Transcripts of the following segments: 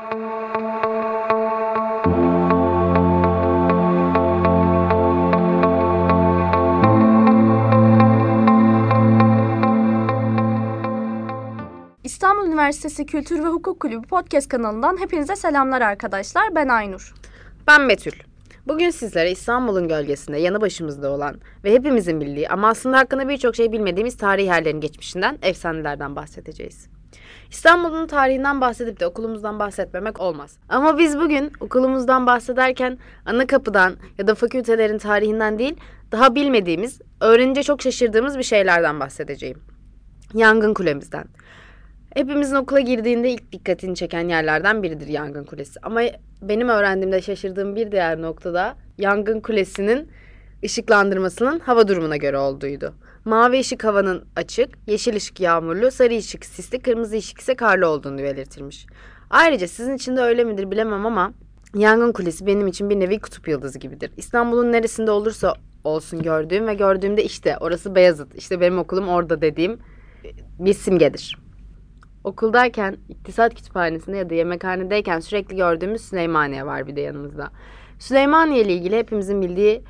İstanbul Üniversitesi Kültür ve Hukuk Kulübü Podcast kanalından hepinize selamlar arkadaşlar. Ben Aynur. Ben Betül. Bugün sizlere İstanbul'un gölgesinde yanı başımızda olan ve hepimizin bildiği ama aslında hakkında birçok şey bilmediğimiz tarihi yerlerin geçmişinden, efsanelerden bahsedeceğiz. İstanbul'un tarihinden bahsedip de okulumuzdan bahsetmemek olmaz. Ama biz bugün okulumuzdan bahsederken Anıtkapı'dan ya da fakültelerin tarihinden değil, daha bilmediğimiz, öğrenince çok şaşırdığımız bir şeylerden bahsedeceğim. Yangın Kulemizden. Hepimizin okula girdiğinde ilk dikkatini çeken yerlerden biridir Yangın Kulesi. Ama benim öğrendiğimde şaşırdığım bir diğer noktada Yangın Kulesi'nin ışıklandırmasının hava durumuna göre olduğuydu. Mavi ışık havanın açık, yeşil ışık yağmurlu, sarı ışık sisli, kırmızı ışık ise karlı olduğunu belirtilmiş. Ayrıca sizin için de öyle midir bilemem ama Yangın Kulesi benim için bir nevi kutup yıldızı gibidir. İstanbul'un neresinde olursa olsun gördüğüm ve gördüğümde işte orası Beyazıt, işte benim okulum orada dediğim bir simgedir. Okuldayken, iktisat kütüphanesinde ya da yemekhanedeyken sürekli gördüğümüz Süleymaniye var bir de yanımızda. Süleymaniye ile ilgili hepimizin bildiği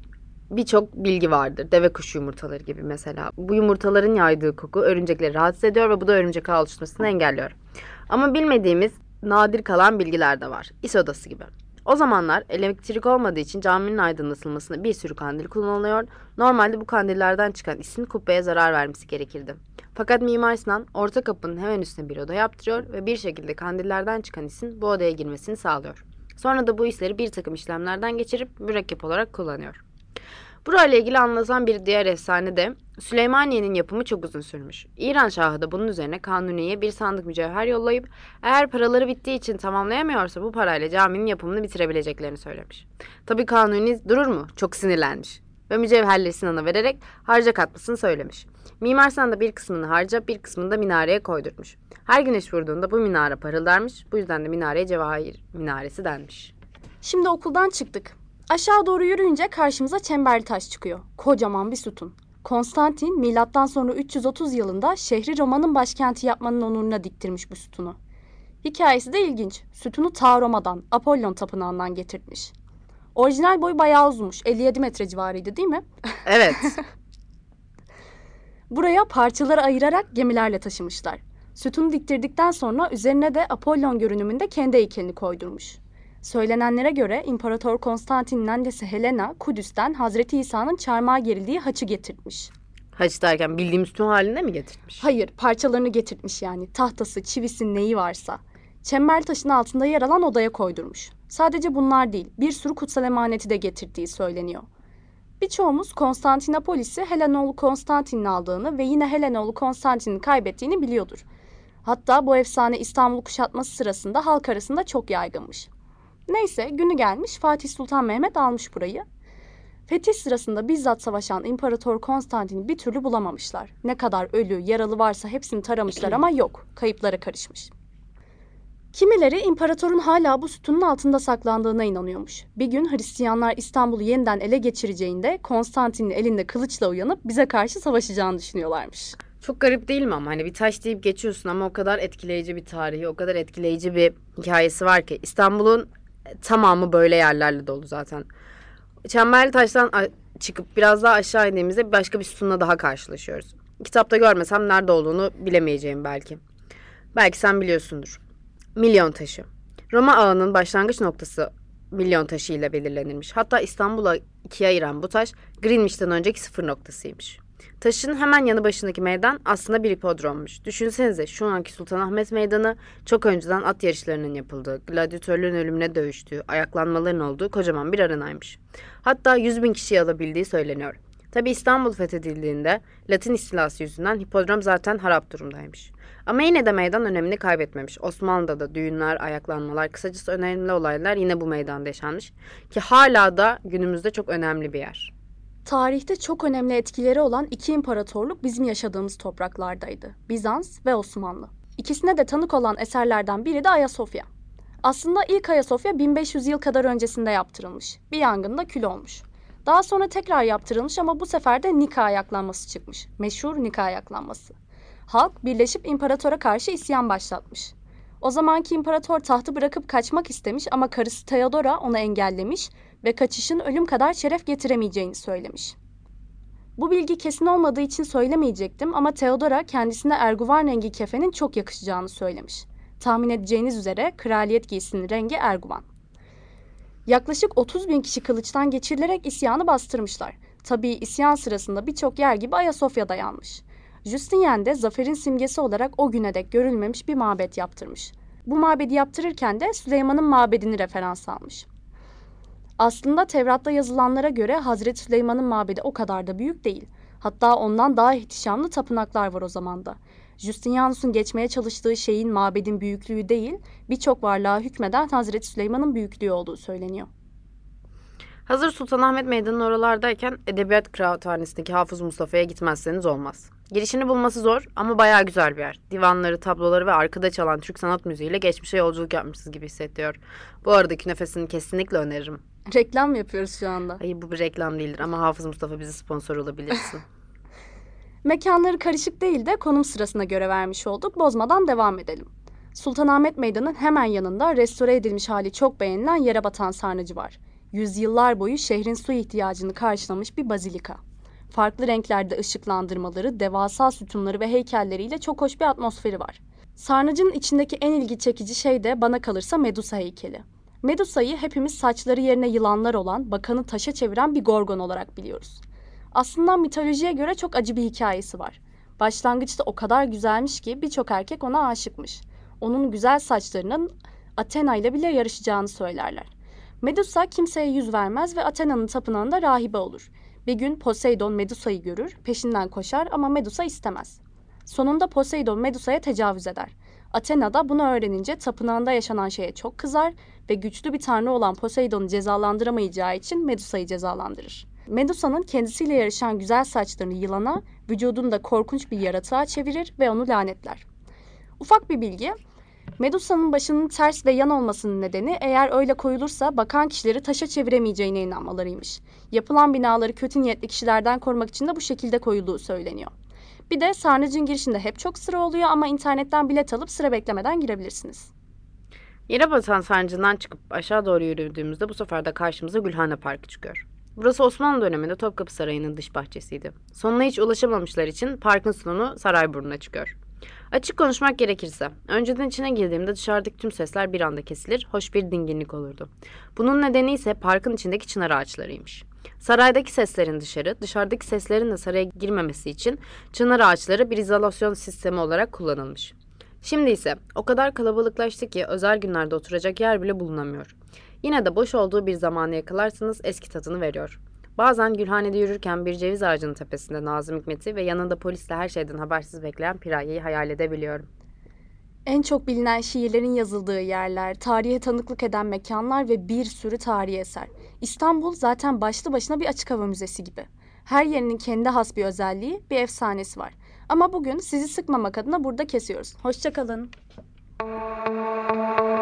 birçok bilgi vardır. Deve kuşu yumurtaları gibi mesela. Bu yumurtaların yaydığı koku örümcekleri rahatsız ediyor ve bu da örümcek ağ oluşmasını engelliyor. Ama bilmediğimiz nadir kalan bilgiler de var. İş odası gibi. O zamanlar elektrik olmadığı için caminin aydınlatılmasında bir sürü kandil kullanılıyor. Normalde bu kandillerden çıkan isin kubbeye zarar vermesi gerekirdi. Fakat Mimar Sinan orta kapının hemen üstüne bir oda yaptırıyor ve bir şekilde kandillerden çıkan isin bu odaya girmesini sağlıyor. Sonra da bu isleri bir takım işlemlerden geçirip mürekkep olarak kullanıyor. Burayla ilgili anlatan bir diğer efsane de Süleymaniye'nin yapımı çok uzun sürmüş. İran Şahı da bunun üzerine Kanuni'ye bir sandık mücevher yollayıp eğer paraları bittiği için tamamlayamıyorsa bu parayla caminin yapımını bitirebileceklerini söylemiş. Tabii Kanuni durur mu? Çok sinirlenmiş ve mücevherleri Sinan'a vererek harca katmasını söylemiş. Mimar Sinan da bir kısmını harca, bir kısmını da minareye koydurmuş. Her güneş vurduğunda bu minare parıldarmış. Bu yüzden de minareye Cevahir Minaresi denmiş. Şimdi okuldan çıktık. Aşağı doğru yürüyünce karşımıza Çemberli Taş çıkıyor. Kocaman bir sütun. Konstantin milattan sonra 330 yılında şehri Roma'nın başkenti yapmanın onuruna diktirmiş bu sütunu. Hikayesi de ilginç. Sütunu ta Roma'dan, Apollon tapınağından getirtmiş. Orijinal boyu bayağı uzunmuş. 57 metre civarıydı değil mi? Evet. Buraya parçaları ayırarak gemilerle taşımışlar. Sütunu diktirdikten sonra üzerine de Apollon görünümünde kendi heykelini koydurmuş. Söylenenlere göre İmparator Konstantin'in annesi Helena, Kudüs'ten Hazreti İsa'nın çarmıha gerildiği haçı getirtmiş. Haç derken bildiğimiz sütun halinde mi getirmiş? Hayır, parçalarını getirtmiş yani. Tahtası, çivisi, neyi varsa. Çemberli taşın altında yer alan odaya koydurmuş. Sadece bunlar değil, bir sürü kutsal emaneti de getirdiği söyleniyor. Birçoğumuz Konstantinopolis'i Helenoğlu Konstantin'in aldığını ve yine Helenoğlu Konstantin'in kaybettiğini biliyordur. Hatta bu efsane İstanbul kuşatması sırasında halk arasında çok yaygınmış. Neyse günü gelmiş Fatih Sultan Mehmet almış burayı. Fetih sırasında bizzat savaşan İmparator Konstantin'i bir türlü bulamamışlar. Ne kadar ölü, yaralı varsa hepsini taramışlar ama yok, kayıplara karışmış. Kimileri imparatorun hala bu sütunun altında saklandığına inanıyormuş. Bir gün Hristiyanlar İstanbul'u yeniden ele geçireceğinde Konstantin'in elinde kılıçla uyanıp bize karşı savaşacağını düşünüyorlarmış. Çok garip değil mi ama hani bir taş deyip geçiyorsun ama o kadar etkileyici bir tarihi, o kadar etkileyici bir hikayesi var ki. İstanbul'un tamamı böyle yerlerle dolu zaten. Çemberli Taş'tan çıkıp biraz daha aşağı indiğimizde başka bir sütunla daha karşılaşıyoruz. Kitapta görmesem nerede olduğunu bilemeyeceğim belki. Belki sen biliyorsundur. Milyon Taşı. Roma ağının başlangıç noktası Milyon Taşı ile belirlenilmiş. Hatta İstanbul'a ikiye ayıran bu taş Greenwich'ten önceki sıfır noktasıymış. Taşın hemen yanı başındaki meydan aslında bir hipodrommuş. Düşünsenize şu anki Sultanahmet Meydanı çok önceden at yarışlarının yapıldığı, gladyatörlerin ölümüne dövüştüğü, ayaklanmaların olduğu kocaman bir arenaymış. Hatta 100.000 kişiyi alabildiği söyleniyor. Tabi İstanbul fethedildiğinde Latin istilası yüzünden hipodrom zaten harap durumdaymış. Ama yine de meydan önemini kaybetmemiş. Osmanlı'da da düğünler, ayaklanmalar, kısacası önemli olaylar yine bu meydanda yaşanmış. Ki hala da günümüzde çok önemli bir yer. Tarihte çok önemli etkileri olan iki imparatorluk bizim yaşadığımız topraklardaydı. Bizans ve Osmanlı. İkisine de tanık olan eserlerden biri de Ayasofya. Aslında ilk Ayasofya 1500 yıl kadar öncesinde yaptırılmış. Bir yangında kül olmuş. Daha sonra tekrar yaptırılmış ama bu sefer de Nika ayaklanması çıkmış. Meşhur Nika ayaklanması. Halk birleşip imparatora karşı isyan başlatmış. O zamanki imparator tahtı bırakıp kaçmak istemiş ama karısı Theodora onu engellemiş ve kaçışın ölüm kadar şeref getiremeyeceğini söylemiş. Bu bilgi kesin olmadığı için söylemeyecektim ama Theodora kendisine erguvan rengi kefenin çok yakışacağını söylemiş. Tahmin edeceğiniz üzere kraliyet giysisinin rengi erguvan. Yaklaşık 30 bin kişi kılıçtan geçirilerek isyanı bastırmışlar. Tabii isyan sırasında birçok yer gibi Ayasofya'da yanmış. Justinian de zaferin simgesi olarak o güne dek görülmemiş bir mabet yaptırmış. Bu mabedi yaptırırken de Süleyman'ın mabedini referans almış. Aslında Tevrat'ta yazılanlara göre Hazreti Süleyman'ın mabedi o kadar da büyük değil. Hatta ondan daha ihtişamlı tapınaklar var o zamanda. Justinianus'un geçmeye çalıştığı şeyin mabedin büyüklüğü değil, birçok varlığa hükmeden Hazreti Süleyman'ın büyüklüğü olduğu söyleniyor. Hazır Sultanahmet Meydanı'nın oralardayken Edebiyat Kıraathanesi'ndeki Hafız Mustafa'ya gitmezseniz olmaz. Girişini bulması zor ama bayağı güzel bir yer. Divanları, tabloları ve arkada çalan Türk sanat müziğiyle geçmişe yolculuk yapmışsınız gibi hissediyor. Bu arada künefesini kesinlikle öneririm. Reklam mı yapıyoruz şu anda? Ay, bu bir reklam değildir ama Hafız Mustafa bizi sponsor olabilirsin. Mekanları karışık değil de konum sırasına göre vermiş olduk. Bozmadan devam edelim. Sultanahmet Meydanı'nın hemen yanında restore edilmiş hali çok beğenilen Yerebatan Sarnıcı var. Yüzyıllar boyu şehrin su ihtiyacını karşılamış bir bazilika. Farklı renklerde ışıklandırmaları, devasa sütunları ve heykelleriyle çok hoş bir atmosferi var. Sarnıcın içindeki en ilgi çekici şey de bana kalırsa Medusa heykeli. Medusa'yı hepimiz saçları yerine yılanlar olan, bakanı taşa çeviren bir gorgon olarak biliyoruz. Aslında mitolojiye göre çok acı bir hikayesi var. Başlangıçta o kadar güzelmiş ki birçok erkek ona aşıkmış. Onun güzel saçlarının Athena ile bile yarışacağını söylerler. Medusa kimseye yüz vermez ve Athena'nın tapınağında rahibe olur. Bir gün Poseidon Medusa'yı görür, peşinden koşar ama Medusa istemez. Sonunda Poseidon Medusa'ya tecavüz eder. Athena da bunu öğrenince tapınağında yaşanan şeye çok kızar ve güçlü bir tanrı olan Poseidon'u cezalandıramayacağı için Medusa'yı cezalandırır. Medusa'nın kendisiyle yarışan güzel saçlarını yılana, vücudunu da korkunç bir yaratığa çevirir ve onu lanetler. Ufak bir bilgi, Medusa'nın başının ters ve yan olmasının nedeni eğer öyle koyulursa bakan kişileri taşa çeviremeyeceğine inanmalarıymış. Yapılan binaları kötü niyetli kişilerden korumak için de bu şekilde koyulduğu söyleniyor. Bir de sarnıcın girişinde hep çok sıra oluyor ama internetten bilet alıp sıra beklemeden girebilirsiniz. Yerebatan Sarnıcı'ndan çıkıp aşağı doğru yürüdüğümüzde bu sefer de karşımıza Gülhane Parkı çıkıyor. Burası Osmanlı döneminde Topkapı Sarayı'nın dış bahçesiydi. Sonuna hiç ulaşamamışlar için parkın sonu Sarayburnu'na çıkıyor. Açık konuşmak gerekirse, önceden içine girdiğimde dışarıdaki tüm sesler bir anda kesilir, hoş bir dinginlik olurdu. Bunun nedeni ise parkın içindeki çınar ağaçlarıymış. Saraydaki seslerin dışarıdaki seslerin de saraya girmemesi için çınar ağaçları bir izolasyon sistemi olarak kullanılmış. Şimdi ise o kadar kalabalıklaştı ki özel günlerde oturacak yer bile bulunamıyor. Yine de boş olduğu bir zamanı yakalarsanız eski tadını veriyor. Bazen Gülhane'de yürürken bir ceviz ağacının tepesinde Nazım Hikmet'i ve yanında polisle her şeyden habersiz bekleyen Piraye'yi hayal edebiliyorum. En çok bilinen şiirlerin yazıldığı yerler, tarihe tanıklık eden mekanlar ve bir sürü tarihi eser. İstanbul zaten başlı başına bir açık hava müzesi gibi. Her yerinin kendi has bir özelliği, bir efsanesi var. Ama bugün sizi sıkmamak adına burada kesiyoruz. Hoşça kalın.